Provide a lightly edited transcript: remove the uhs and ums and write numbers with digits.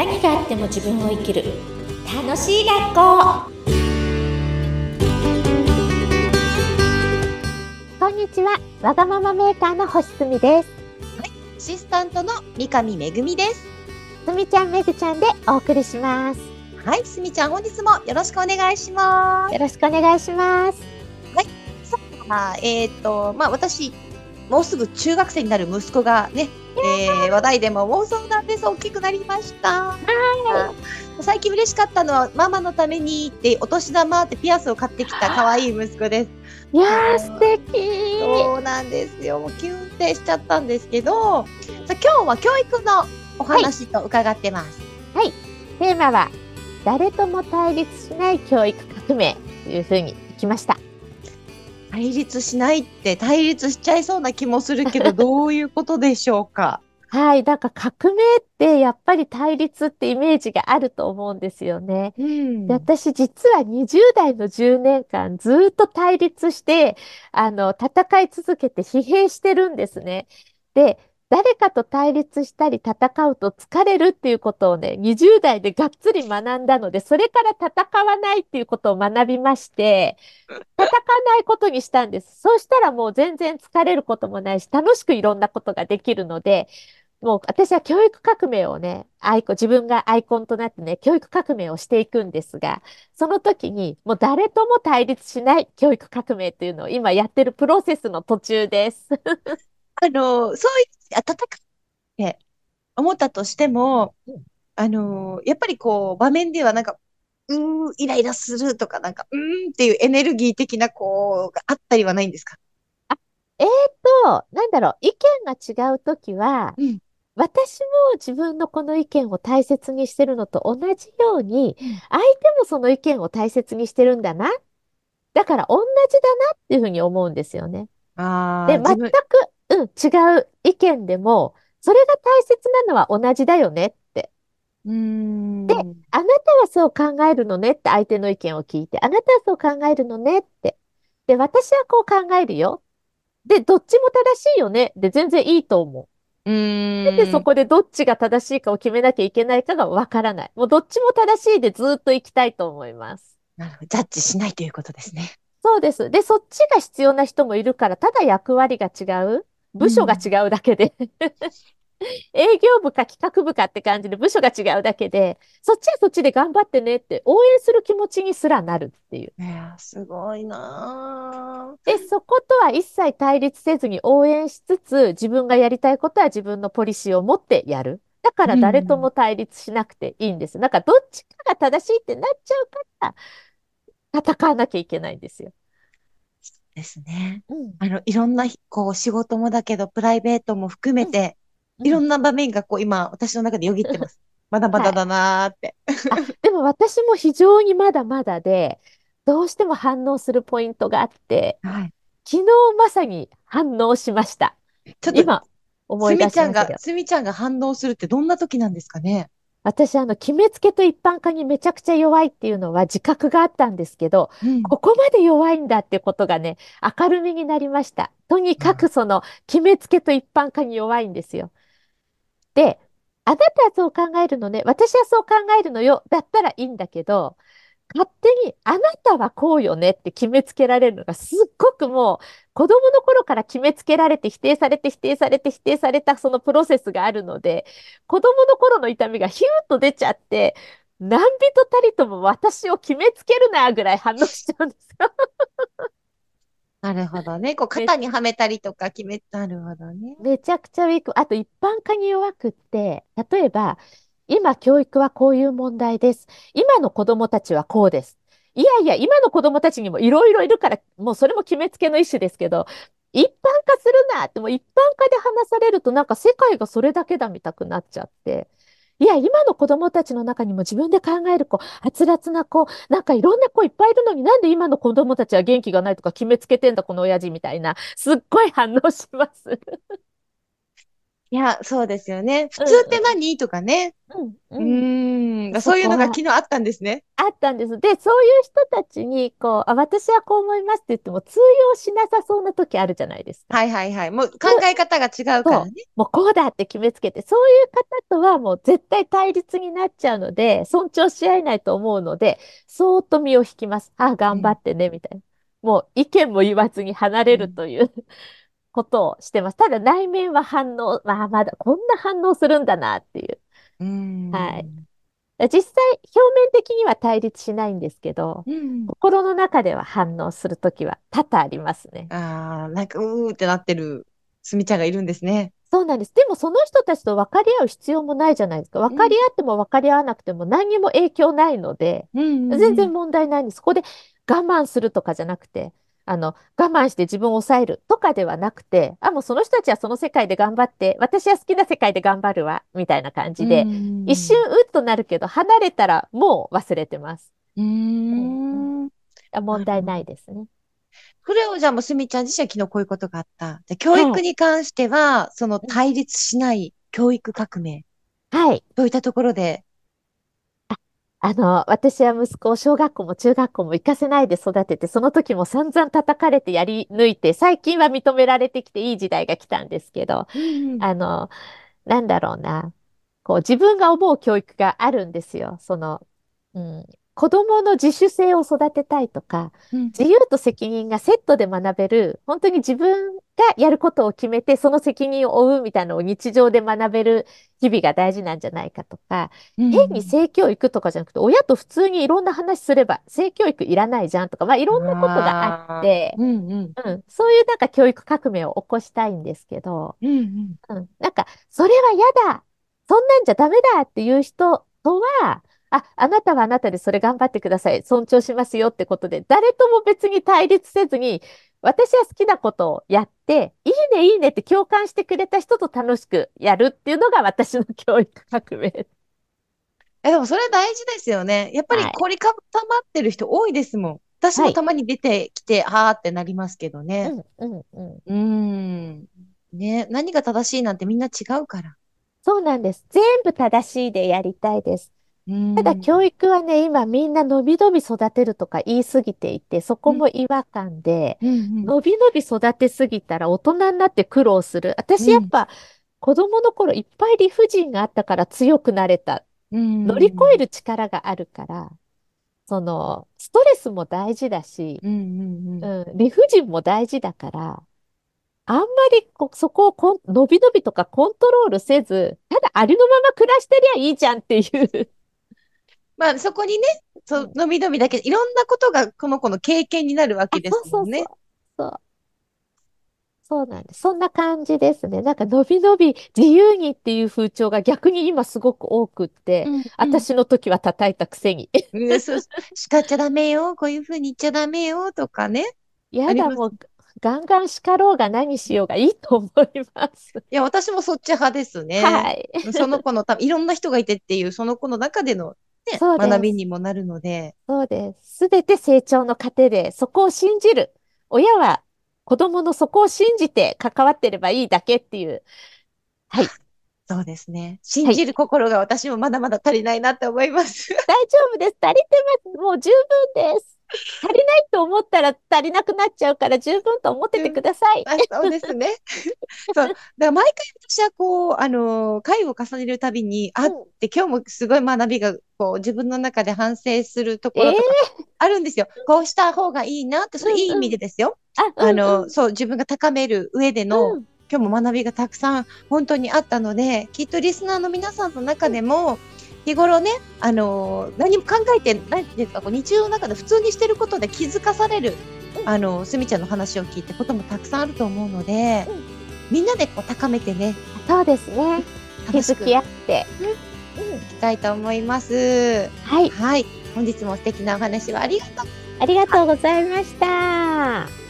何があっても自分を生きる楽しい学校。こんにちは、わがままメーカーの星住です。 アシスタントの三上めぐみです。 すみちゃん、めぐちゃんでお送りします。 はい、すみちゃん、本日もよろしくお願いします。 よろしくお願いします。 はい、さあ、私、もうすぐ中学生になる息子がね、話題でもそうなんです。大きくなりました。最近嬉しかったのは、ママのためにってお年玉ってピアスを買ってきた可愛い息子です。 いやー、素敵。 そうなんですよ。もうキュンってしちゃったんですけど、今日は教育のお話と伺ってます。 はい、テーマは誰とも対立しない教育革命というふうにいきました。 対立しないって対立しちゃいそうな気もするけど、どういうことでしょうか。 はい、なんか革命ってやっぱり対立ってイメージがあると思うんですよね。で、私実は20代の10年間ずっと対立して、戦い続けて疲弊してるんですね。で、誰かと対立したり戦うと疲れるっていうことをね、20代でがっつり学んだので、それから戦わないっていうことを学びまして、戦わないことにしたんです。そうしたらもう全然疲れることもないし、楽しくいろんなことができるので、もう私は教育革命をね、自分がアイコンとなってね、教育革命をしていくんですが、その時にもう誰とも対立しない教育革命というのを今やってるプロセスの途中です。 そういう温かくって思ったとしても、やっぱりこう場面ではなんか、イライラするとか、なんか、っていうエネルギー的ながあったりはないんですか？ あ、なんだろう、意見が違う時は、 うん。 私も自分のこの意見を大切にしてるのと同じように、 うん。 相手もその意見を大切にしてるんだな。だから同じだなっていうふうに思うんですよね。で、全く、 自分、 違う意見でも、それが大切なのは同じだよねって。 うーで、 ん。 あなたはそう考えるのねって相手の意見を聞いて、あなたはそう考えるのねって。で、私はこう考えるよ。で、どっちも正しいよね。で、全然いいと思う。 うで、 ーん。 そこでどっちが正しいかを決めなきゃいけないかがわからない。もうどっちも正しいでずっと行きたいと思います。 なるほど。ジャッジしないということですね。 そうです。で、そっちが必要な人もいるから、ただ役割が違う、部署がうん。 違うだけで営業部か企画部かって感じで部署が違うだけで、そっちはそっちで頑張ってねって応援する気持ちにすらなるっていう。 いや、すごいなで、そことは一切対立せずに応援しつつ、自分がやりたいことは自分のポリシーを持ってやる。だかぁ。 ら誰とうん。 も対立しなくていいんです。なんかどっちかが正しいってなっちゃうから戦わなきゃいけないんですよ。 ですね。 うん。 いろんな、仕事もだけど、プライベートも含めうん。 て、 うん。 いろんな場面が、今、私の中でよぎってます。まだまはい。 だだなーって。 あ、でも私も非常にまだまだで、どうしても反応するポイントがあって、 はい。 昨日まさに反応しました。 ちょっと、 今思い出しましたけど。 すみちゃんが反応するってどんな時なんですかね？ 私、決めつけと一般化にめちゃくちゃ弱いっていうのは自覚があったんですけど、 うん。 ここまで弱いんだっていうことがね、明るみになりました。とにかくその決めつけと一般化に弱いんですよ。で、あなたはそう考えるのね、私はそう考えるのよ、だったらいいんだけど、勝手にあなたはこうよねって決めつけられるのがすっごくもう子供の頃から決めつけられて否定されて否定されて否定されたそのプロセスがあるので、子供の頃の痛みがヒューッと出ちゃって、何人たりとも私を決めつけるなぐらい反応しちゃうんですよ。 なるほどね。 め、 肩にはめたりとかなるほどね。 めちゃくちゃウィーク。あと一般化に弱くって、例えば、今教育はこういう問題です。今の子供たちはこうです。いやいや、今の子供たちにもいろいろいるから、もうそれも決めつけの一種ですけど、一般化するなって、もう一般化で話されるとなんか世界がそれだけだみたくなっちゃって。いや、今の子供たちの中にも自分で考える子、はつらつな子、なんかいろんな子いっぱいいるのになんで今の子供たちは元気がないとか決めつけてんだ、この親父みたいな、すっごい反応します。 いや、そうですよね。普う通ってん何とかね。 うんうんうん。 そういうのがそこは、 昨日あったんですね。 あったんです。で、そういう人たちに、私はこう思いますって言っても通用しなさそうな時あるじゃないですか。 はいはいはい。もう考そうえ方が違うからね。 もうこうだって決めつけて、そういう方とはもう絶対対立になっちゃうので、尊重し合えないと思うので、そーっと身を引きます。あ、 うん。 頑張ってね、みたいな。もう意見も言わずに離れるうん。 ということをしてます。ただ内面は反応、まあ、まだこんな反応するんだなっていう。 うはい。 ん。 実際、表面的には対立しないんですけど、 うん。 心の中では反応するときは多々ありますね。 ああ、なんか、うーってなってるすみちゃんがいるんですね。 そうなんです。でもその人たちと分かり合う必要もないじゃないですか。分かりうん。 合っても分かり合わなくても何にも影響ないので、 うんうんうん。 全然問題ないんです。そこで我慢するとかじゃなくて、我慢して自分を抑えるとかではなくて、あ、もうその人たちはその世界で頑張って、私は好きな世界で頑張るわ、みたいな感うじで、一瞬ん。 うっとなるけど、離れたらもう忘れてます。 うーうんうん。 ん。 問題ななるほど。 いですね。 それをじゃあもうすみちゃん自身は昨日こういうことがあった。じゃあ教はい。 育に関しては、そのうん。 対立しない教育革命。 はい。 そういったところで。 私は息子を小学校も中学校も行かせないで育てて、その時も散々叩かれてやり抜いて、最近は認められてきていい時代が来たんですけど、 うんうん。 あの、なんだろうな。自分が思う教育があるんですよ。うん、子供の自主性を育てたいとか、 うん。 自由と責任がセットで学べる、本当に自分がやることを決めて、その責任を負うみたいなのを日常で学べる日々が大事なんじゃないかとか、 うん。 変に性教育とかじゃなくて、親と普通にいろんな話すれば、性教育いらないじゃんとか、まあいろんなことがあっああ。 て、 うんうん。 うん、そういうなんか教育革命を起こしたいんですけど、 うんうん。 うん、なんか、それは嫌だ、そんなんじゃダメだっていう人とは、あなたはあなたでそれ頑張ってください。尊重しますよってことで、誰とも別に対立せずに、私は好きなことをやって、いいね、いいねって共感してくれた人と楽しくやるっていうのが私の教育革命。 でもそれ大事ですよね。やっぱりはい。 凝り固まってる人多いですもん。私はい。 もたまに出てきて、はーってなりますけどね。 うん、うん、うん。 うーん。ね、何が正しいなんてみんな違うから。 そうなんです。全部正しいでやりたいです。 うーただ教ん。 育はね、今みんなのびのび育てるとか言い過ぎていて、そうん、 こも違和感で、 うん、 のびのび育てすぎたら大人になって苦労する。 うん、 私やっぱ子供の頃いっぱい理不尽があったから強くなれた。 う乗り越えん、 る力があるから、ストレスも大事だし、 うん、うん、 理不尽も大事だから、あんまりそこをのびのびとかコントロールせず、ただありのまま暮らしてりゃいいじゃんっていう。 まあそこにね、 うん。 のびのびだけ、いろんなことがこの子の経験になるわけでそうそうそう。 すもんね。 そう、そうなんです。そんな感じですね。なんか、のびのび、自由にっていう風潮が逆に今すごく多くって、 うん、うん。 私の時は叩いたくせに。 うん、そう、叱っちゃダメよ、こういうふうに言っちゃダメよ、とかね。あやだ、 ります。 もう、ガンガン叱ろうが何しようがいいと思います。 いや、私もそっち派ですね。 はい。 その子のいろんな人がいてっていう、その子の中でのね、学びそうです。 にもなるので、 そうです。すべて成長の過程で、そこを信じる。親は子供のそこを信じて関わってればいいだけっていう。はい。 そうですね。信はい。 じる心が私もまだまだ足りないなって思います。 大丈夫です。足りてます。もう十分です。足りないと思ったら足りなくなっちゃうから十分と思っててくうん。 ださい。 あ、そうですね。そう。だから毎回私はこう、回を重ねるたびに、あっうん。 て今日もすごい学びが、こう、自分の中で反省するところとかええあるんですよ。こうした方がいいなって、それいい意うんうん。 味でですよ。 あ、うんうん。 そう、自分が高める上での、 うん。 今日も学びがたくさん本当にあったので、きっとリスナーの皆さんの中でも、日頃ね、何も考えてないっていうか、こう日常の中で普通にしてることで気づかされる、 うん。 すみちゃんの話を聞いたこともたくさんあると思うので、 うん。 みんなでこう高めてね、 そうですね。気楽しくづき合って。うん。 いきたいと思います。 はい。 はい。本日も素敵なお話をありがとう。 ありがとうございました。